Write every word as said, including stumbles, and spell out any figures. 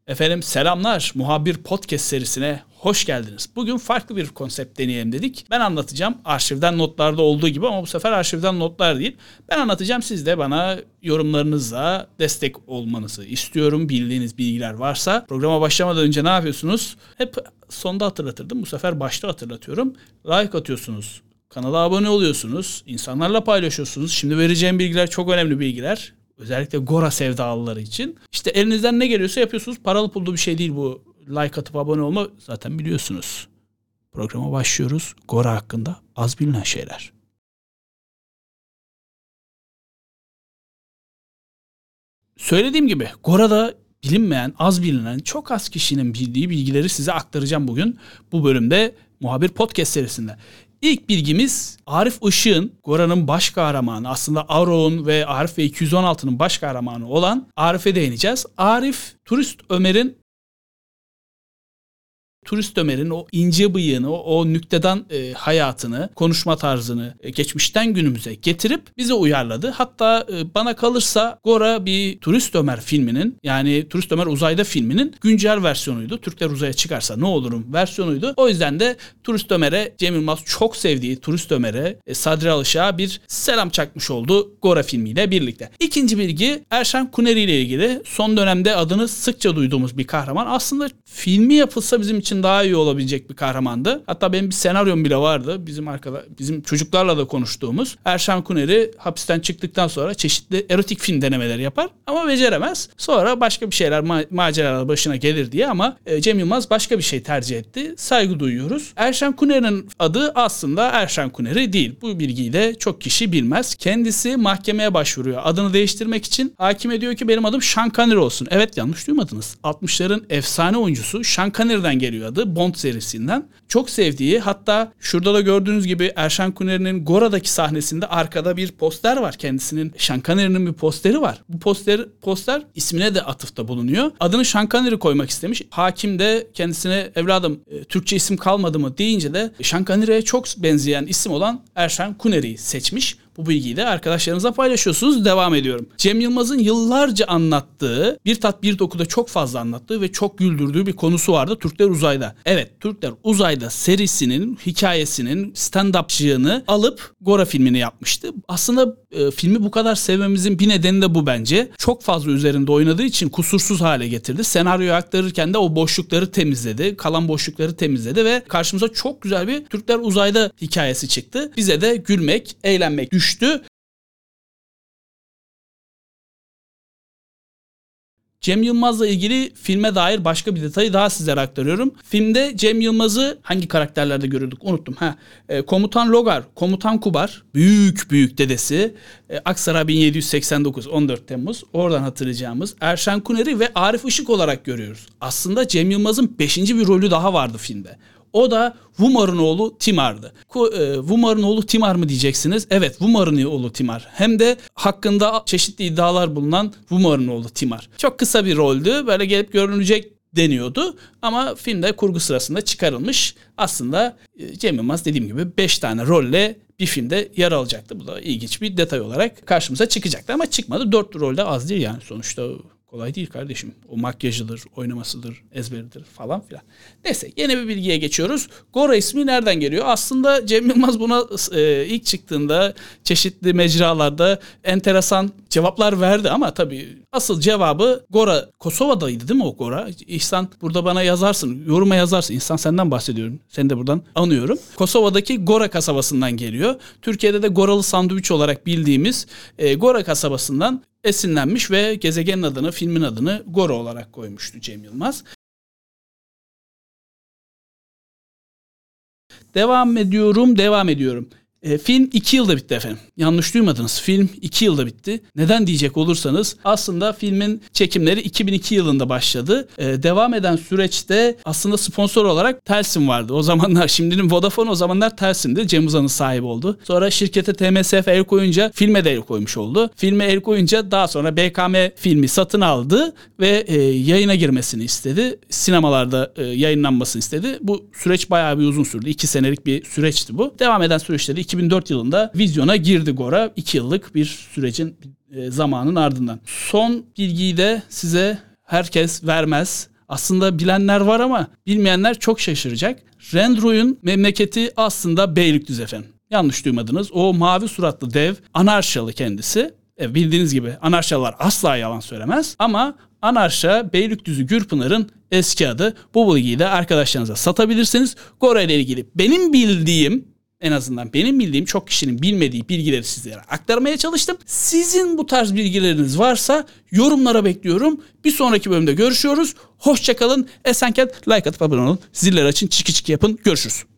Efendim selamlar, Muhabir Podcast serisine hoş geldiniz. Bugün farklı bir konsept deneyelim dedik. Ben anlatacağım arşivden notlarda olduğu gibi ama bu sefer arşivden notlar değil. Ben anlatacağım, siz de bana yorumlarınızla destek olmanızı istiyorum. Bildiğiniz bilgiler varsa programa başlamadan önce ne yapıyorsunuz? Hep sonda hatırlatırdım, bu sefer başta hatırlatıyorum. Like atıyorsunuz, kanala abone oluyorsunuz, insanlarla paylaşıyorsunuz. Şimdi vereceğim bilgiler çok önemli bilgiler. Özellikle Gora sevdalıları için. İşte elinizden ne geliyorsa yapıyorsunuz. Paralı pullu bir şey değil bu. Like atıp abone olma, zaten biliyorsunuz. Programa başlıyoruz. Gora hakkında az bilinen şeyler. Söylediğim gibi Gora'da bilinmeyen, az bilinen, çok az kişinin bildiği bilgileri size aktaracağım bugün. Bu bölümde Muhabir Podcast serisinde. İlk bilgimiz Arif Işık'ın, Gora'nın baş kahramanı, aslında Arok'un ve Arif ve iki yüz on altının baş kahramanı olan Arif'e değineceğiz. Arif, Turist Ömer'in Turist Ömer'in o ince bıyığını, o, o nüktedan e, hayatını, konuşma tarzını e, geçmişten günümüze getirip bize uyarladı. Hatta e, bana kalırsa Gora bir Turist Ömer filminin, yani Turist Ömer Uzayda filminin güncel versiyonuydu. Türkler uzaya çıkarsa ne olurum versiyonuydu. O yüzden de Turist Ömer'e, Cem Yılmaz çok sevdiği Turist Ömer'e, e, Sadri Alışık'a bir selam çakmış oldu Gora filmiyle birlikte. İkinci bilgi Erşan Kuneri ile ilgili. Son dönemde adını sıkça duyduğumuz bir kahraman. Aslında filmi yapılsa bizim için daha iyi olabilecek bir kahramandı. Hatta benim bir senaryom bile vardı. Bizim arkada, bizim çocuklarla da konuştuğumuz. Erşan Kuneri hapisten çıktıktan sonra çeşitli erotik film denemeleri yapar ama beceremez. Sonra başka bir şeyler, ma- maceralar başına gelir diye, ama e, Cem Yılmaz başka bir şey tercih etti. Saygı duyuyoruz. Erşan Kuneri'nin adı aslında Erşan Kuneri değil. Bu bilgiyi de çok kişi bilmez. Kendisi mahkemeye başvuruyor adını değiştirmek için. Hakime diyor ki benim adım Sean Connery olsun. Evet, yanlış duymadınız. altmışların efsane oyuncusu Sean Connery'den geliyor adı. Bond serisinden. Çok sevdiği, hatta şurada da gördüğünüz gibi Erşan Kuneri'nin Gora'daki sahnesinde arkada bir poster var. Kendisinin, Sean Connery'nin bir posteri var. Bu poster, poster ismine de atıfta bulunuyor. Adını Sean Connery koymak istemiş. Hakim de kendisine evladım e, Türkçe isim kalmadı mı deyince de Sean Connery'e çok benzeyen isim olan Erşan Kuneri'yi seçmiş. Bu bilgiyi de arkadaşlarınızla paylaşıyorsunuz. Devam ediyorum. Cem Yılmaz'ın yıllarca anlattığı, bir tat bir dokuda çok fazla anlattığı ve çok güldürdüğü bir konusu vardı. Türkler Uzayda. Evet, Türkler Uzayda serisinin hikayesinin stand-upçığını alıp Gora filmini yapmıştı. Aslında e, filmi bu kadar sevmemizin bir nedeni de bu bence. Çok fazla üzerinde oynadığı için kusursuz hale getirdi. Senaryoyu aktarırken de o boşlukları temizledi. Kalan boşlukları temizledi ve karşımıza çok güzel bir Türkler Uzayda hikayesi çıktı. Bize de gülmek, eğlenmek düştü. Cem Yılmaz'la ilgili filme dair başka bir detayı daha sizlere aktarıyorum. Filmde Cem Yılmaz'ı hangi karakterlerde görürdük unuttum. Ha, e, Komutan Logar, Komutan Kubar, büyük büyük dedesi, e, Aksaray bin yedi yüz seksen dokuz, on dört Temmuz, oradan hatırlayacağımız Erşan Kuneri ve Arif Işık olarak görüyoruz. Aslında Cem Yılmaz'ın beşinci bir rolü daha vardı filmde. O da Vumar'ın oğlu Timar'dı. E, Vumar'ın oğlu Timar mı diyeceksiniz? Evet, Vumar'ın oğlu Timar. Hem de hakkında çeşitli iddialar bulunan Vumar'ın oğlu Timar. Çok kısa bir roldü. Böyle gelip görünecek deniyordu. Ama filmde kurgu sırasında çıkarılmış. Aslında e, Cem Yılmaz dediğim gibi beş tane rolle bir filmde yer alacaktı. Bu da ilginç bir detay olarak karşımıza çıkacaktı. Ama çıkmadı. dört rolde az değil yani sonuçta. Kolay değil kardeşim. O makyajıdır, oynamasıdır, ezberidir falan filan. Neyse, yeni bir bilgiye geçiyoruz. Gora ismi nereden geliyor? Aslında Cem Yılmaz buna e, ilk çıktığında çeşitli mecralarda enteresan cevaplar verdi ama tabii asıl cevabı Gora, Kosova'daydı değil mi o Gora? İhsan burada bana yazarsın, yoruma yazarsın. İhsan, senden bahsediyorum. Seni de buradan anıyorum. Kosova'daki Gora kasabasından geliyor. Türkiye'de de Goralı sandviç olarak bildiğimiz e, Gora kasabasından esinlenmiş ve gezegenin adını, filmin adını Gora olarak koymuştu Cem Yılmaz. Devam ediyorum, devam ediyorum. E, film iki yılda bitti efendim. Yanlış duymadınız. Film iki yılda bitti. Neden diyecek olursanız aslında filmin çekimleri iki bin iki yılında başladı. E, devam eden süreçte aslında sponsor olarak Telsim vardı. O zamanlar, şimdinin Vodafone, o zamanlar Telsim'di. Cem Uzan'ın sahibi oldu. Sonra şirkete T M S F el koyunca filme de el koymuş oldu. Filme el koyunca daha sonra B K M filmi satın aldı ve e, yayına girmesini istedi. Sinemalarda e, yayınlanmasını istedi. Bu süreç bayağı bir uzun sürdü. iki senelik bir süreçti bu. Devam eden süreçleri iki bin dört yılında vizyona girdi Gora. iki yıllık bir sürecin e, zamanın ardından. Son bilgiyi de size herkes vermez Aslında bilenler var ama bilmeyenler çok şaşıracak. Rendru'nun memleketi aslında Beylikdüzü efendim. Yanlış duymadınız. O mavi suratlı dev Anarşalı kendisi. E, bildiğiniz gibi Anarşalılar asla yalan söylemez. Ama Anarşa Beylikdüzü Gürpınar'ın eski adı. Bu bilgiyi de arkadaşlarınıza satabilirsiniz. Gora ile ilgili benim bildiğim, en azından benim bildiğim çok kişinin bilmediği bilgileri sizlere aktarmaya çalıştım. Sizin bu tarz bilgileriniz varsa yorumlara bekliyorum. Bir sonraki bölümde görüşüyoruz. Hoşça kalın. Esen kalın. Like atıp abone olun. Ziller açın. Çiki çiki yapın. Görüşürüz.